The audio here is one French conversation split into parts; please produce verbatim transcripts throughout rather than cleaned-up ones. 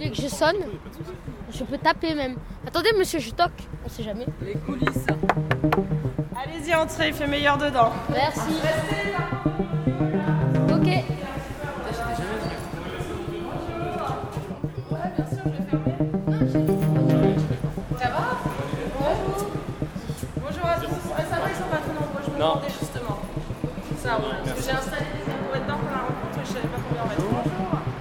et que je sonne, je peux taper même. Attendez monsieur, je toque, on sait jamais. Les coulisses. Allez-y, entrez, il fait meilleur dedans. Merci. Ok. Bonjour à tous. Ah, ça va, ils sont pas trop nombreux, je me Non. demandais justement. Ça roule. Parce que j'ai installé des tabourettes d'or pour la rencontre et je savais pas combien en mettre. Bonjour.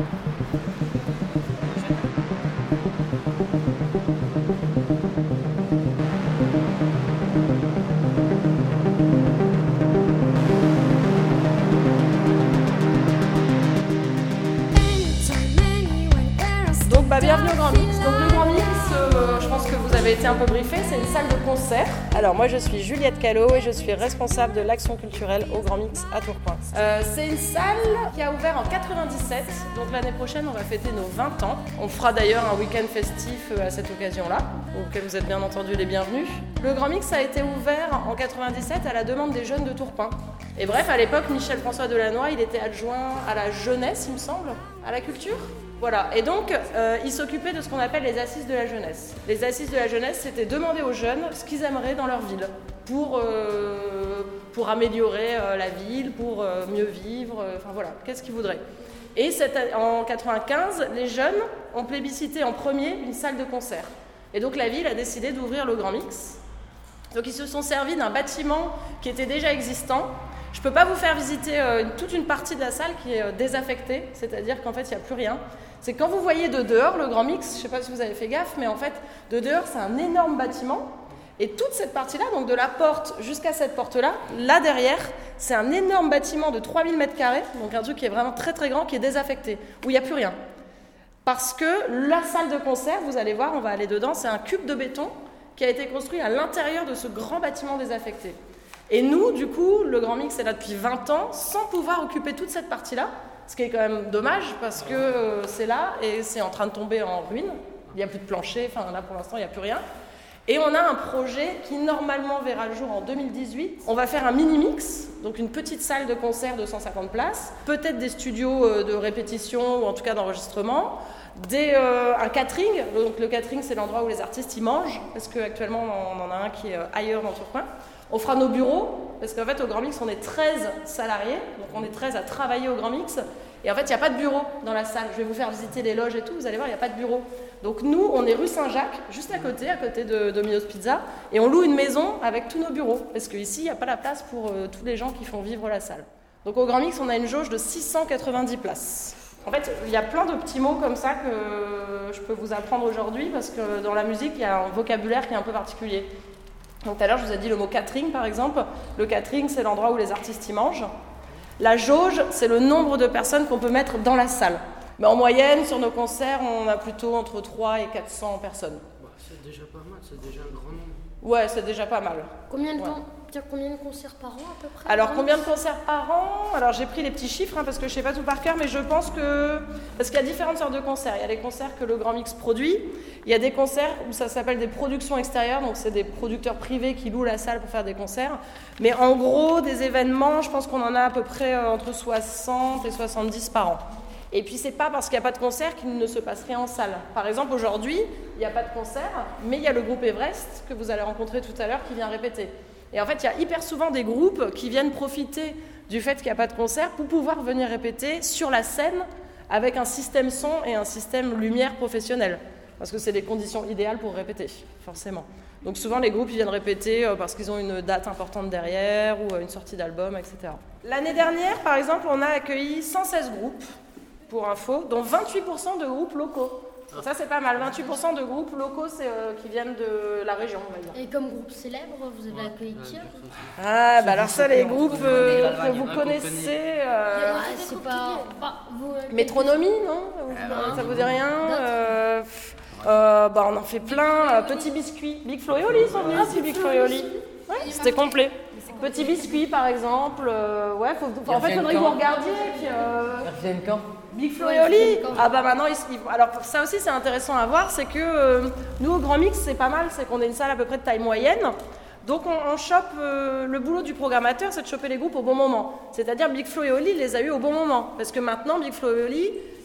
Donc bah, bienvenue au Grand Mix. Donc le Grand Mix, euh, je pense que vous avez été un peu briefé, c'est une salle de concert. Alors moi je suis Juliette Callot et je suis responsable de l'action culturelle au Grand Mix à Tourcoing. Euh, c'est une salle qui a ouvert en quatre-vingt-dix-sept, donc l'année prochaine on va fêter nos vingt ans. On fera d'ailleurs un week-end festif à cette occasion-là, auquel vous êtes bien entendu les bienvenus. Le Grand Mix a été ouvert en quatre-vingt-dix-sept à la demande des jeunes de Tourcoing. Et bref, à l'époque, Michel-François Delannoy, il était adjoint à la jeunesse, il me semble, à la culture. Voilà, et donc euh, il s'occupait de ce qu'on appelle les assises de la jeunesse. Les assises de la jeunesse, c'était demander aux jeunes ce qu'ils aimeraient dans leur ville pour, euh, pour améliorer euh, la ville, pour euh, mieux vivre, euh, enfin voilà, qu'est-ce qu'ils voudraient. Et cette, en quatre-vingt-quinze, les jeunes ont plébiscité en premier une salle de concert. Et donc la ville a décidé d'ouvrir le Grand Mix. Donc ils se sont servis d'un bâtiment qui était déjà existant. Je ne peux pas vous faire visiter euh, toute une partie de la salle qui est euh, désaffectée, c'est-à-dire qu'en fait il n'y a plus rien. C'est quand vous voyez de dehors le Grand Mix, je ne sais pas si vous avez fait gaffe, mais en fait de dehors c'est un énorme bâtiment. Et toute cette partie-là, donc de la porte jusqu'à cette porte-là, là derrière, c'est un énorme bâtiment de trois mille mètres carrés, donc un truc qui est vraiment très très grand, qui est désaffecté, où il n'y a plus rien. Parce que la salle de concert, vous allez voir, on va aller dedans, c'est un cube de béton qui a été construit à l'intérieur de ce grand bâtiment désaffecté. Et nous, du coup, le Grand Mix est là depuis vingt ans, sans pouvoir occuper toute cette partie-là, ce qui est quand même dommage, parce que euh, c'est là, et c'est en train de tomber en ruine. Il n'y a plus de plancher, enfin là pour l'instant, il n'y a plus rien. Et on a un projet qui normalement verra le jour en deux mille dix-huit. On va faire un mini-mix, donc une petite salle de concert de cent cinquante places, peut-être des studios de répétition, ou en tout cas d'enregistrement, des, euh, un catering. Donc le catering, c'est l'endroit où les artistes y mangent, parce qu'actuellement, on en a un qui est ailleurs dans Tourcoing. On fera nos bureaux, parce qu'en fait, au Grand Mix, on est treize salariés, donc on est treize à travailler au Grand Mix. Et en fait, il n'y a pas de bureau dans la salle. Je vais vous faire visiter les loges et tout, vous allez voir, il n'y a pas de bureau. Donc nous, on est rue Saint-Jacques, juste à côté, à côté de Domino's Pizza, et on loue une maison avec tous nos bureaux, parce qu'ici, il n'y a pas la place pour euh, tous les gens qui font vivre la salle. Donc au Grand Mix, on a une jauge de six cent quatre-vingt-dix places. En fait, il y a plein de petits mots comme ça que je peux vous apprendre aujourd'hui, parce que dans la musique, il y a un vocabulaire qui est un peu particulier. Donc tout à l'heure, je vous ai dit le mot catering, par exemple. Le catering, c'est l'endroit où les artistes y mangent. La jauge, c'est le nombre de personnes qu'on peut mettre dans la salle. Mais en moyenne, sur nos concerts, on a plutôt entre trois et quatre cents personnes. Bah, c'est déjà pas mal, c'est déjà un grand nombre. Ouais, c'est déjà pas mal. Combien de, Ouais. con- dire combien de concerts par an à peu près? Alors, combien de concerts par an? Alors, j'ai pris les petits chiffres, hein, parce que je ne sais pas tout par cœur, mais je pense que... Parce qu'il y a différentes sortes de concerts. Il y a les concerts que le Grand Mix produit. Il y a des concerts où ça s'appelle des productions extérieures, donc c'est des producteurs privés qui louent la salle pour faire des concerts. Mais en gros, des événements, je pense qu'on en a à peu près euh, entre soixante et soixante-dix par an. Et puis, c'est pas parce qu'il n'y a pas de concert qu'il ne se passe rien en salle. Par exemple, aujourd'hui, il n'y a pas de concert, mais il y a le groupe Everest, que vous allez rencontrer tout à l'heure, qui vient répéter. Et en fait, il y a hyper souvent des groupes qui viennent profiter du fait qu'il n'y a pas de concert pour pouvoir venir répéter sur la scène avec un système son et un système lumière professionnel. Parce que c'est les conditions idéales pour répéter, forcément. Donc souvent, les groupes ils viennent répéter parce qu'ils ont une date importante derrière ou une sortie d'album, et cetera. L'année dernière, par exemple, on a accueilli cent seize groupes, pour info, dont vingt-huit pour cent de groupes locaux. Donc ça, c'est pas mal. vingt-huit pour cent de groupes locaux c'est, euh, qui viennent de la région, on va dire. Et comme groupe célèbre, vous avez accueilli qui? Ah, bah alors ça, les groupes euh, que vous connaissez... Euh, Ouais, c'est pas... pas vous, euh, Métronomie, non? Ça vous dit rien? euh, euh, bah, on en fait plein. Euh, Petit Biscuit. Big Flo et Oli sont venus ici, Big Flo et Oli. Ouais, c'était complet. Petit Biscuit, par exemple. Euh, ouais, faut, faut, en fait, il faudrait que vous regardiez. Puis, euh, Ils reviennent quand? Big Flo et Oli. Ah bah maintenant, ils, ils, alors ça aussi c'est intéressant à voir, c'est que euh, nous au Grand Mix c'est pas mal, c'est qu'on est une salle à peu près de taille moyenne. Donc on, on chope, euh, le boulot du programmateur, c'est de choper les groupes au bon moment. C'est-à-dire Big Flo et Oli les a eu au bon moment. Parce que maintenant, Big Flo et Oli,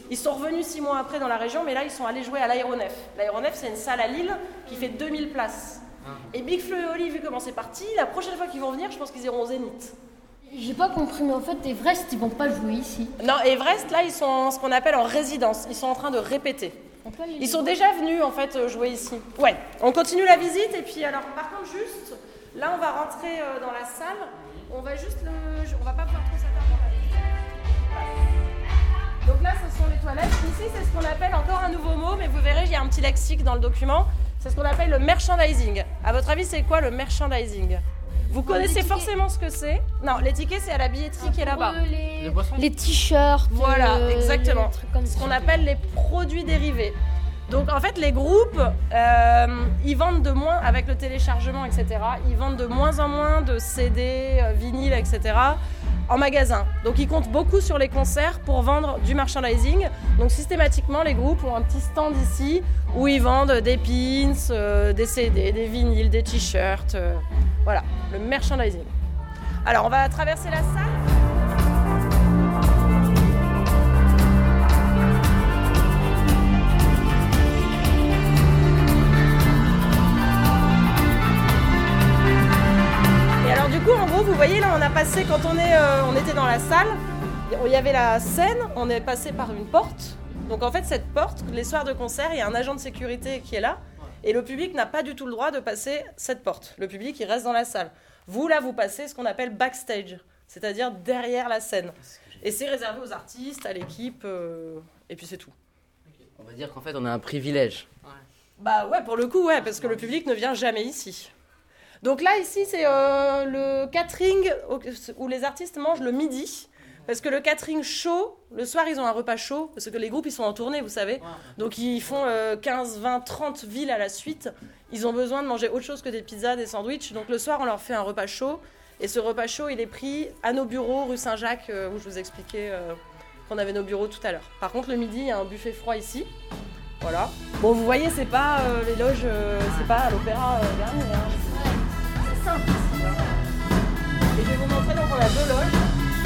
Ils sont revenus six mois après dans la région, mais là, ils sont allés jouer à l'Aéronef. L'Aéronef, c'est une salle à Lille qui fait deux mille places. Et Big Flo et Oli, vu comment c'est parti, la prochaine fois qu'ils vont venir, je pense qu'ils iront au Zénith. J'ai pas compris, mais en fait, Everest, ils vont pas jouer ici. Non, Everest, là, ils sont en ce qu'on appelle en résidence. Ils sont en train de répéter. Ils sont déjà venus, en fait, jouer ici. Ouais, on continue la visite, et puis, alors, par contre, juste, là, on va rentrer euh, dans la salle. On va juste le... On va pas pouvoir trop s'attarder dans la visite. Donc là, ce sont les toilettes. Ici, c'est ce qu'on appelle encore un nouveau mot, mais vous verrez, il y a un petit lexique dans le document. C'est ce qu'on appelle le merchandising. À votre avis, c'est quoi le merchandising ? Vous connaissez forcément ce que c'est. Non, les tickets, c'est à la billetterie qui est là-bas. Les, les t-shirts. Voilà, euh, exactement. Comme ce qu'on ça. appelle les produits dérivés. Donc, en fait, les groupes, euh, ils vendent de moins, avec le téléchargement, et cetera, ils vendent de moins en moins de C D, euh, vinyles, et cetera, en magasin. Donc, ils comptent beaucoup sur les concerts pour vendre du merchandising. Donc, systématiquement, les groupes ont un petit stand ici où ils vendent des pins, euh, des C D, des vinyles, des t-shirts. Euh, voilà, le merchandising. Alors, on va traverser la salle. Et alors, du coup, en gros, vous voyez, là, on a passé, quand on, est, euh, on était dans la salle, il y avait la scène, on est passé par une porte. Donc, en fait, cette porte, les soirs de concert, il y a un agent de sécurité qui est là. Et le public n'a pas du tout le droit de passer cette porte. Le public, il reste dans la salle. Vous, là, vous passez ce qu'on appelle backstage, c'est-à-dire derrière la scène. Et c'est réservé aux artistes, à l'équipe, euh, et puis c'est tout. On va dire qu'en fait, on a un privilège. Ouais. Bah ouais, pour le coup, ouais, parce que le public ne vient jamais ici. Donc là, ici, c'est euh, le catering où les artistes mangent le midi. Parce que le catering chaud, le soir, ils ont un repas chaud. Parce que les groupes, ils sont en tournée, vous savez. Donc, ils font euh, quinze, vingt, trente villes à la suite. Ils ont besoin de manger autre chose que des pizzas, des sandwichs. Donc, le soir, on leur fait un repas chaud. Et ce repas chaud, il est pris à nos bureaux, rue Saint-Jacques, euh, où je vous expliquais euh, qu'on avait nos bureaux tout à l'heure. Par contre, le midi, il y a un buffet froid ici. Voilà. Bon, vous voyez, c'est pas euh, les loges, euh, c'est pas à l'Opéra euh, Garnier. Hein. C'est simple ici. Hein. Et je vais vous montrer, donc, on a deux loges.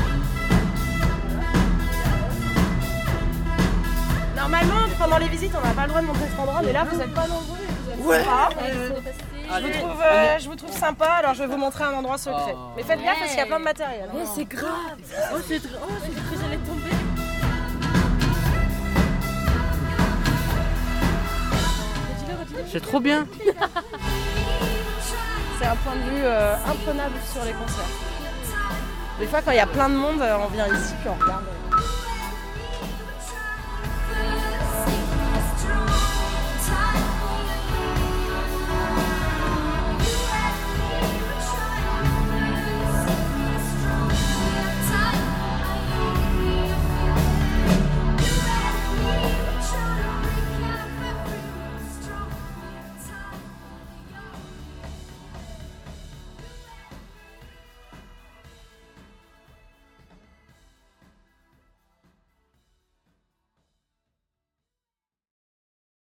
Normalement, pendant les visites, on n'a pas le droit de montrer cet endroit, mais là, vous n'êtes pas nombreux. Vous êtes sympa. Je vous, trouve, euh, je vous trouve sympa, alors je vais vous montrer un endroit secret. Oh. Mais faites gaffe parce qu'il y a plein de matériel. Ouais, c'est grave. Oh, c'est très... oh, j'ai cru que j'allais tomber. C'est trop bien. C'est un point de vue euh, imprenable sur les concerts. Des fois, quand il y a plein de monde, on vient ici puis on regarde.